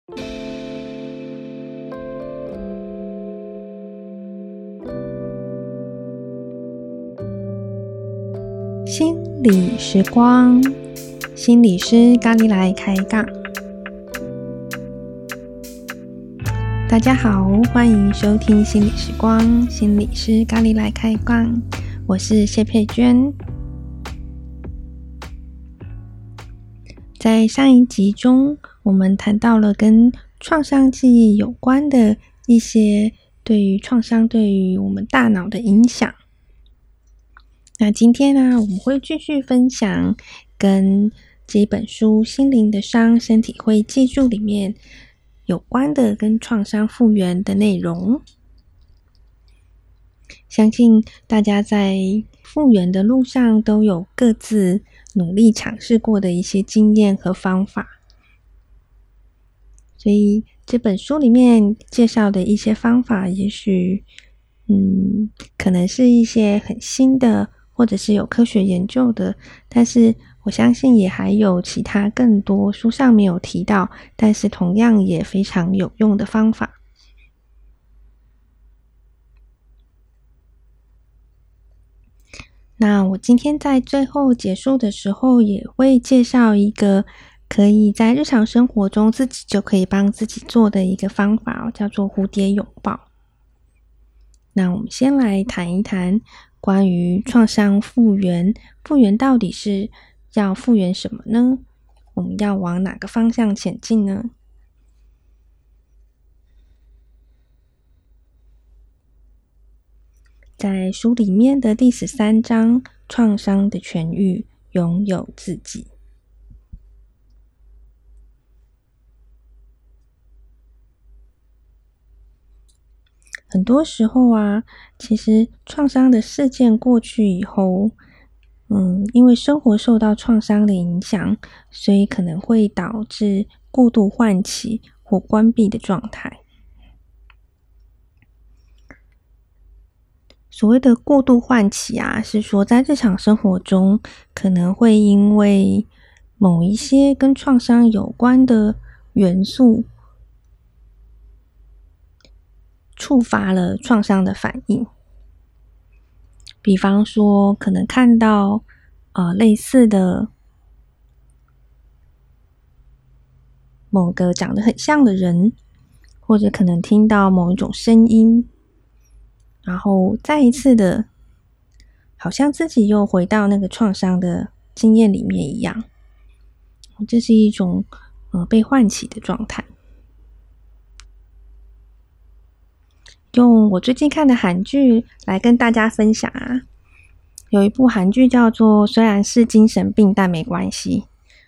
心理时光，心理师咖喱来开杠。大家好，欢迎收听心理时光，心理师咖喱来开杠。我是谢佩娟。在上一集中，我们谈到了跟创伤记忆有关的一些对于创伤对于我们大脑的影响。那今天呢，我们会继续分享跟这本书《心灵的伤，身体会记住》里面有关的跟创伤复原的内容。相信大家在复原的路上都有各自努力尝试过的一些经验和方法。所以这本书里面介绍的一些方法，也许可能是一些很新的，或者是有科学研究的，但是我相信也还有其他更多书上没有提到，但是同样也非常有用的方法。那我今天在最后结束的时候，也会介绍一个可以在日常生活中自己就可以帮自己做的一个方法，叫做蝴蝶拥抱。那我们先来谈一谈关于创伤复原，复原到底是要复原什么呢？我们要往哪个方向前进呢？在书里面的第13章，创伤的痊愈，拥有自己。很多时候啊，其实创伤的事件过去以后，因为生活受到创伤的影响，所以可能会导致过度唤起或关闭的状态。所谓的过度唤起啊，是说在日常生活中可能会因为某一些跟创伤有关的元素触发了创伤的反应。比方说可能看到类似的某个长得很像的人，或者可能听到某一种声音，然后再一次的好像自己又回到那个创伤的经验里面一样。这是一种被唤起的状态。用我最近看的韩剧来跟大家分享啊，有一部韩剧叫做《虽然是精神病但没关系》。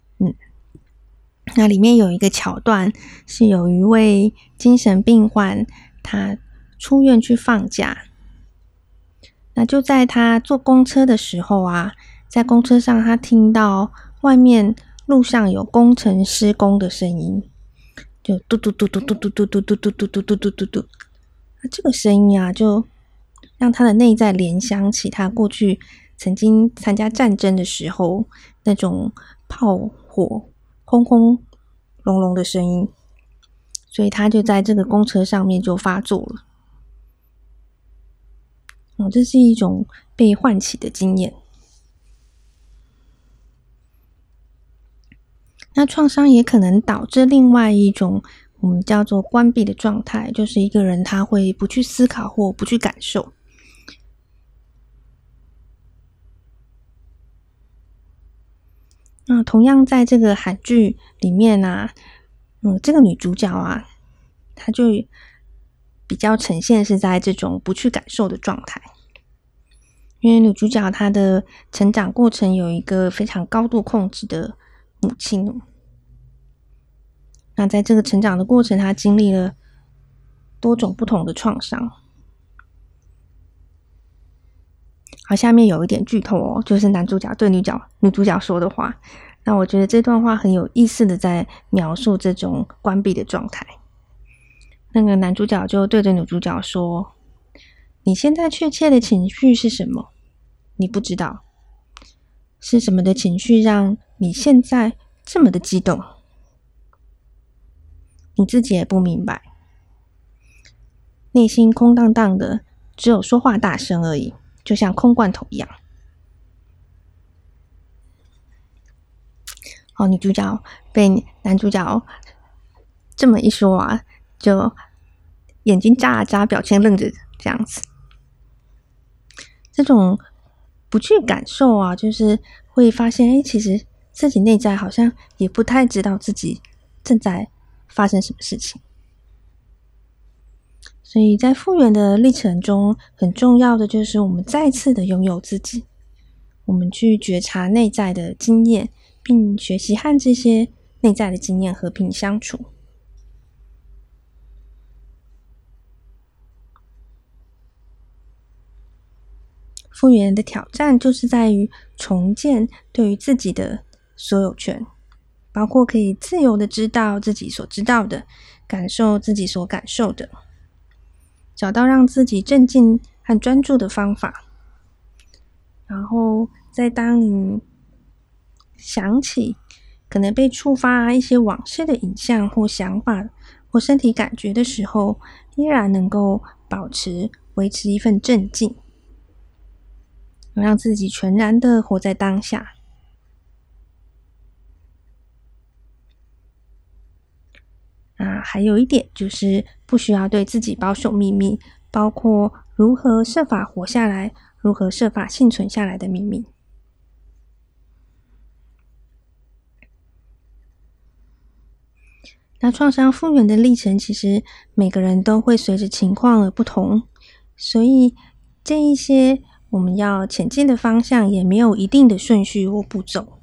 那里面有一个桥段是有一位精神病患，他出院去放假。那就在他坐公车的时候啊，在公车上他听到外面路上有工程施工的声音，就嘟嘟嘟嘟嘟嘟嘟嘟嘟嘟嘟嘟嘟嘟嘟嘟。那这个声音啊，就让他的内在联想起他过去曾经参加战争的时候那种炮火轰轰隆隆的声音，所以他就在这个公车上面就发作了。这是一种被唤起的经验。那创伤也可能导致另外一种我们叫做关闭的状态，就是一个人他会不去思考或不去感受。那同样在这个韩剧里面啊，这个女主角啊，她就比较呈现是在这种不去感受的状态。因为女主角她的成长过程有一个非常高度控制的母亲。那在这个成长的过程，她经历了多种不同的创伤。好，下面有一点剧透哦，就是男主角对女主角说的话。那我觉得这段话很有意思的在描述这种关闭的状态。那个男主角就对着女主角说，你现在确切的情绪是什么？你不知道。是什么的情绪让你现在这么的激动？ 你自己也不明白，内心空荡荡的，只有说话大声而已，就像空罐头一样。女主角被男主角这么一说啊，就眼睛眨啊眨，表情愣着这样子。这种不去感受啊，就是会发现其实自己内在好像也不太知道自己正在发生什么事情。所以在复原的历程中，很重要的就是我们再次的拥有自己，我们去觉察内在的经验，并学习和这些内在的经验和平相处。复原的挑战就是在于重建对于自己的所有权，包括可以自由的知道自己所知道的，感受自己所感受的，找到让自己镇静和专注的方法。然后在当你想起可能被触发一些往事的影像或想法或身体感觉的时候，依然能够维持一份镇静，让自己全然的活在当下。还有一点就是不需要对自己保守秘密，包括如何设法活下来，如何设法幸存下来的秘密。那创伤复原的历程，其实每个人都会随着情况而不同，所以这一些我们要前进的方向也没有一定的顺序或步骤。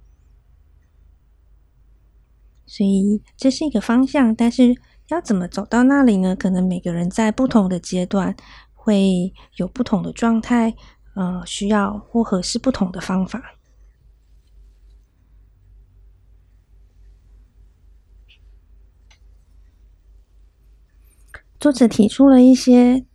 所以这是一个方向，但是要怎么走到那里呢？可能每个人在不同的阶段会有不同的状态，需要或合适不同的方法。作者提出了一些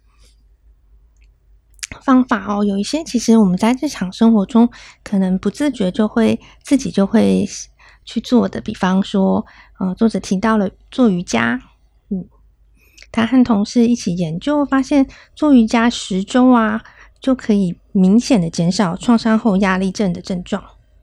方法有一些其实我们在日常生活中可能不自觉自己就会去做的，比方说作者提到了做瑜伽，他和同事一起研究，发现做瑜伽10周就可以明显的减少创伤后压力症的症状。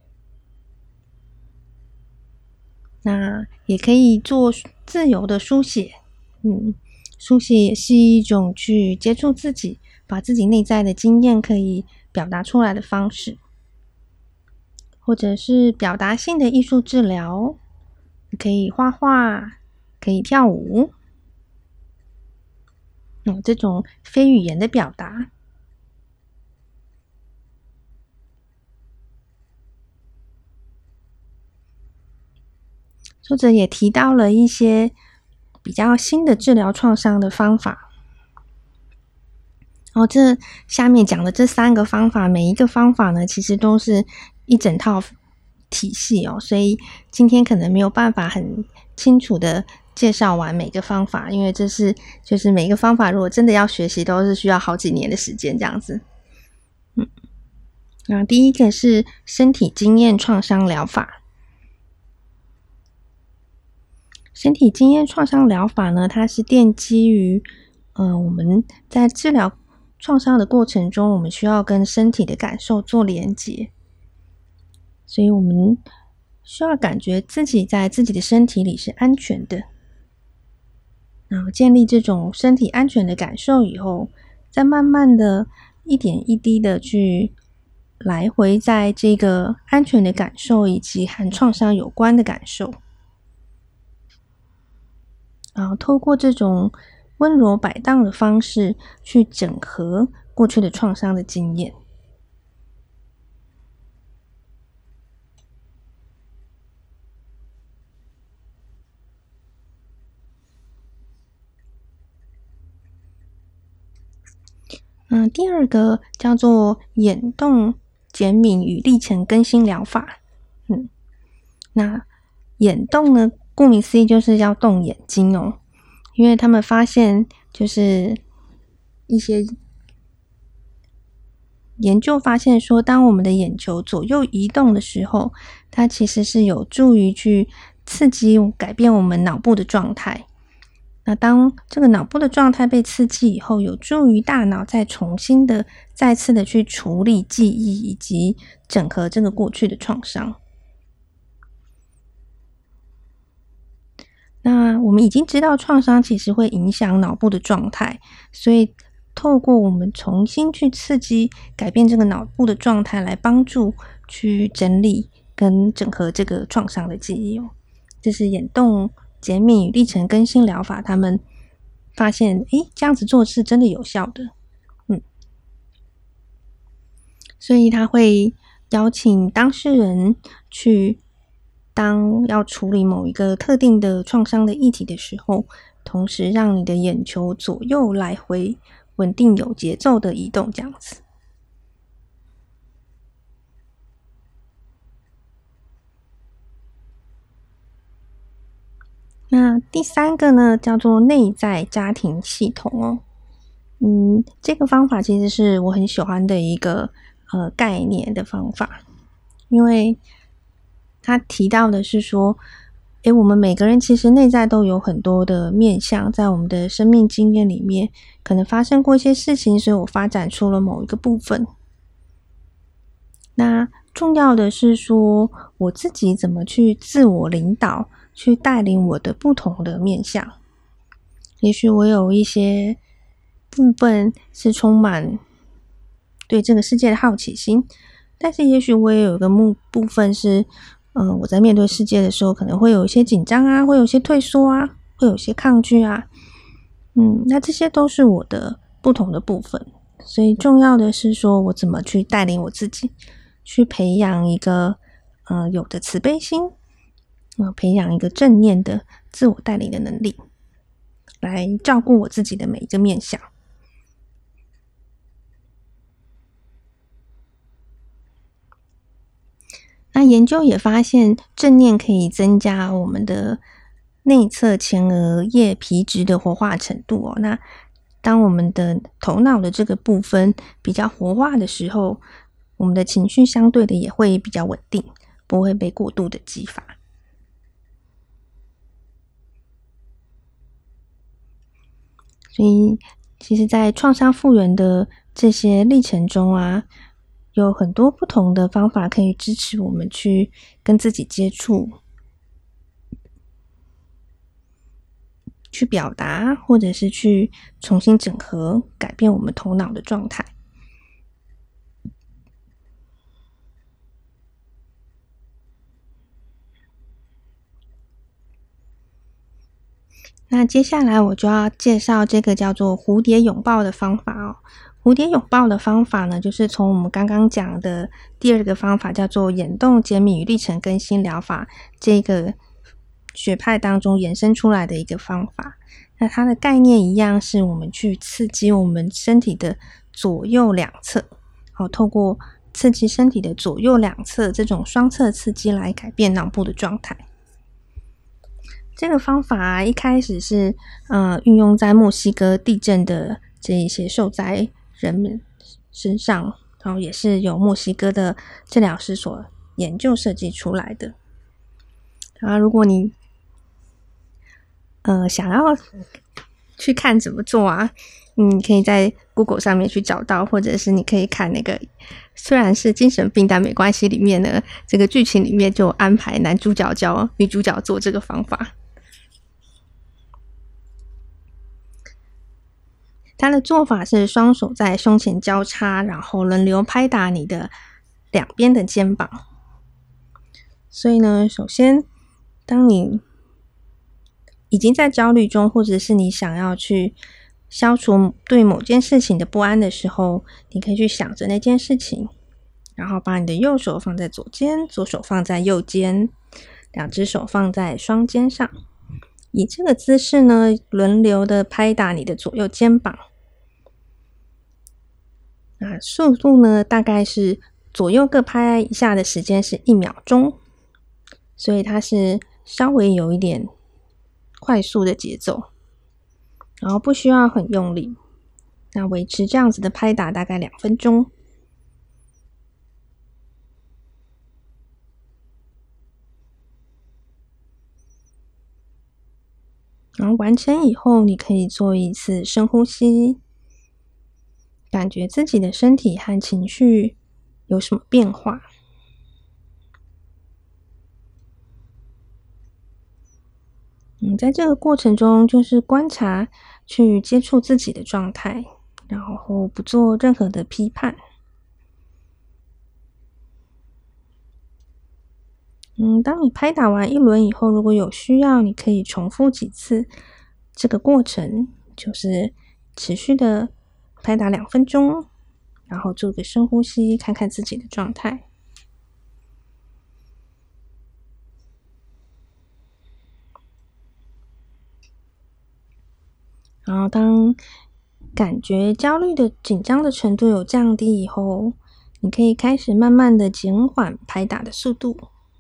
那也可以做自由的书写，书写也是一种去接触自己，把自己内在的经验可以表达出来的方式，或者是表达性的艺术治疗，可以画画，可以跳舞，这种非语言的表达。作者也提到了一些比较新的治疗创伤的方法。这下面讲的这3个方法，每一个方法呢，其实都是一整套体系所以今天可能没有办法很清楚的介绍完每个方法，因为就是每个方法如果真的要学习，都是需要好几年的时间这样子。第一个是身体经验创伤疗法。身体经验创伤疗法呢，它是奠基于我们在治疗创伤的过程中，我们需要跟身体的感受做连结，所以我们需要感觉自己在自己的身体里是安全的，然后建立这种身体安全的感受以后，再慢慢的一点一滴的去来回在这个安全的感受以及和创伤有关的感受，然后透过这种温柔摆荡的方式去整合过去的创伤的经验。第二个叫做眼动减敏与历程更新疗法。那眼动呢，顾名思义就是要动眼睛因为他们发现就是一些研究发现说，当我们的眼球左右移动的时候，它其实是有助于去刺激改变我们脑部的状态， 那当这个脑部的状态被刺激以后，有助于大脑再次的去处理记忆以及整合这个过去的创伤。那我们已经知道创伤其实会影响脑部的状态，所以透过我们重新去刺激改变这个脑部的状态，来帮助去整理跟整合这个创伤的记忆哦。这是眼动减敏与历程更新疗法，他们发现这样子做是真的有效的。所以他会邀请当事人去，当要处理某一个特定的创伤的议题的时候，同时让你的眼球左右来回稳定有节奏的移动，这样子。那第三个呢，叫做内在家庭系统哦。这个方法其实是我很喜欢的一个概念的方法，因为他提到的是说，我们每个人其实内在都有很多的面向，在我们的生命经验里面，可能发生过一些事情，所以我发展出了某一个部分。那重要的是说，我自己怎么去自我领导，去带领我的不同的面向。也许我有一些部分是充满对这个世界的好奇心，但是也许我也有一个部分是，我在面对世界的时候，可能会有一些紧张啊，会有一些退缩啊，会有一些抗拒啊。那这些都是我的不同的部分，所以重要的是说我怎么去带领我自己，去培养一个有的慈悲心，培养一个正念的自我带领的能力，来照顾我自己的每一个面向。那研究也发现，正念可以增加我们的内侧前额叶皮质的活化程度哦。那当我们的头脑的这个部分比较活化的时候，我们的情绪相对的也会比较稳定，不会被过度的激发。所以其实在创伤复原的这些历程中啊，有很多不同的方法可以支持我们去跟自己接触，去表达，或者是去重新整合，改变我们头脑的状态。那接下来我就要介绍这个叫做蝴蝶拥抱的方法哦。蝴蝶拥抱的方法呢，就是从我们刚刚讲的第二个方法叫做眼动减敏与历程更新疗法这个学派当中衍生出来的一个方法。那它的概念一样，是我们去刺激我们身体的左右两侧，透过刺激身体的左右两侧这种双侧刺激来改变脑部的状态。这个方法一开始是运用在墨西哥地震的这一些受灾人们身上，然后也是由墨西哥的治疗师所研究设计出来的。如果你想要去看怎么做啊，你可以在 Google 上面去找到，或者是你可以看那个虽然是精神病但没关系里面呢，这个剧情里面就安排男主角教女主角做这个方法。他的做法是双手在胸前交叉，然后轮流拍打你的两边的肩膀。所以呢，首先当你已经在焦虑中，或者是你想要去消除对某件事情的不安的时候，你可以去想着那件事情，然后把你的右手放在左肩，左手放在右肩，两只手放在双肩上，以这个姿势呢，轮流的拍打你的左右肩膀。速度呢，大概是左右各拍一下的时间是1秒钟，所以它是稍微有一点快速的节奏，然后不需要很用力。那维持这样子的拍打大概2分钟。 然后完成以后，你可以做一次深呼吸，感觉自己的身体和情绪有什么变化。在这个过程中，就是观察，去接触自己的状态，然后不做任何的批判。当你拍打完一轮以后，如果有需要，你可以重复几次这个过程，就是持续的拍打2分钟，然后做个深呼吸，看看自己的状态。然后当感觉焦虑的紧张的程度有降低以后，你可以开始慢慢的减缓拍打的速度，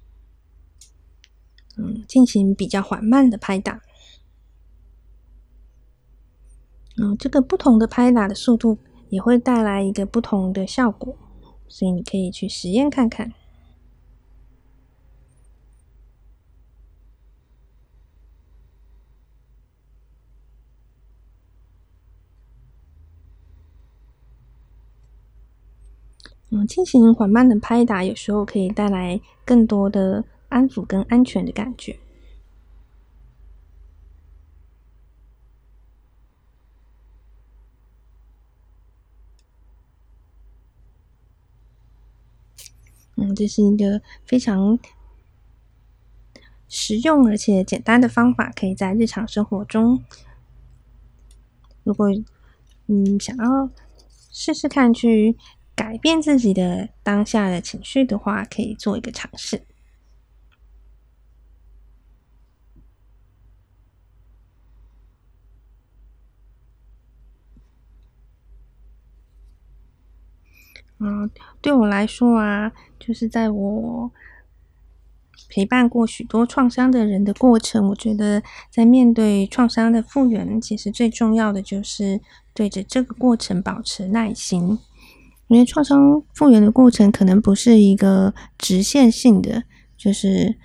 进行比较缓慢的拍打。这个不同的拍打的速度也会带来一个不同的效果，所以你可以去实验看看。进行缓慢的拍打，有时候可以带来更多的安抚跟安全的感觉。这是一个非常实用而且简单的方法，可以在日常生活中，如果想要试试看去改变自己的当下的情绪的话，可以做一个尝试。对我来说啊，就是在我陪伴过许多创伤的人的过程，我觉得在面对创伤的复原，其实最重要的就是对着这个过程保持耐心。因为创伤复原的过程可能不是一个直线性的，就是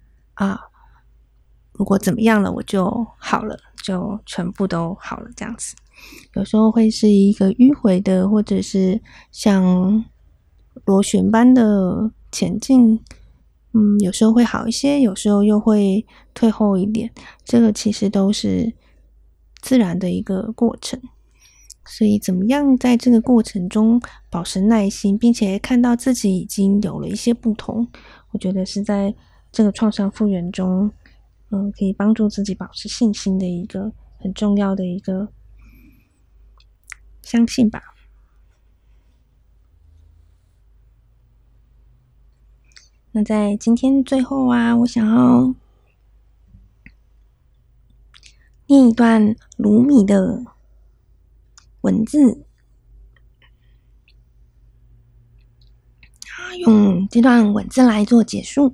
如果怎么样了我就好了，就全部都好了这样子。有时候会是一个迂回的，或者是像螺旋般的前进，有时候会好一些，有时候又会退后一点，这个其实都是自然的一个过程。所以怎么样在这个过程中保持耐心，并且看到自己已经有了一些不同，我觉得是在这个创伤复原中，可以帮助自己保持信心的一个很重要的一个相信吧。那在今天的最后啊，我想要念一段鲁米的文字，用这段文字来做结束。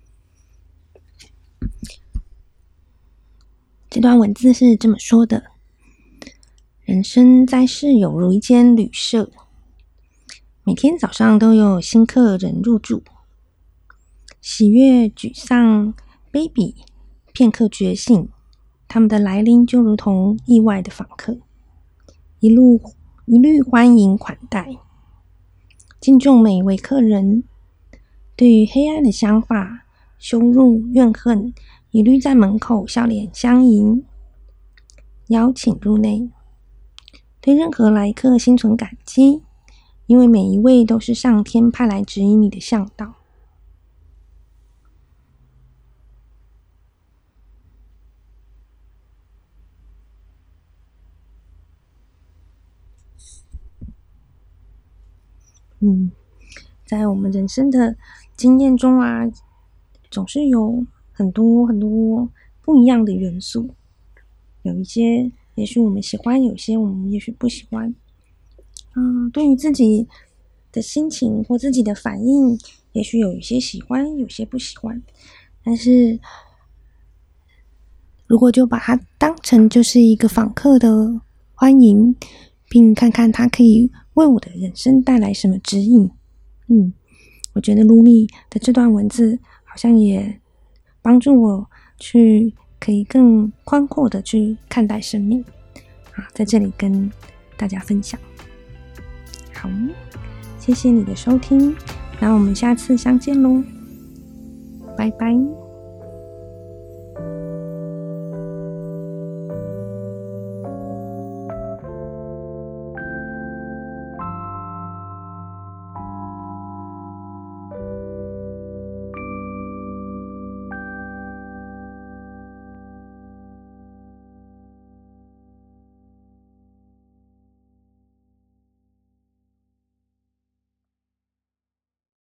这段文字是这么说的：人生在世有如一间旅社，每天早上都有新客人入住，喜悦、沮丧、卑鄙，片刻觉醒，他们的来临就如同意外的访客，一律欢迎款待，敬重每一位客人。对于黑暗的想法、羞辱、怨恨，一律在门口笑脸相迎，邀请入内。对任何来客心存感激，因为每一位都是上天派来指引你的向导。在我们人生的经验中啊，总是有很多很多不一样的元素，有一些也许我们喜欢，有些我们也许不喜欢。对于自己的心情或自己的反应，也许有一些喜欢，有些不喜欢。但是如果就把它当成就是一个访客的欢迎，并看看它可以为我的人生带来什么指引。我觉得卢米的这段文字好像也帮助我去可以更宽阔的去看待生命。好，在这里跟大家分享。好，谢谢你的收听，那我们下次相见咯，拜拜。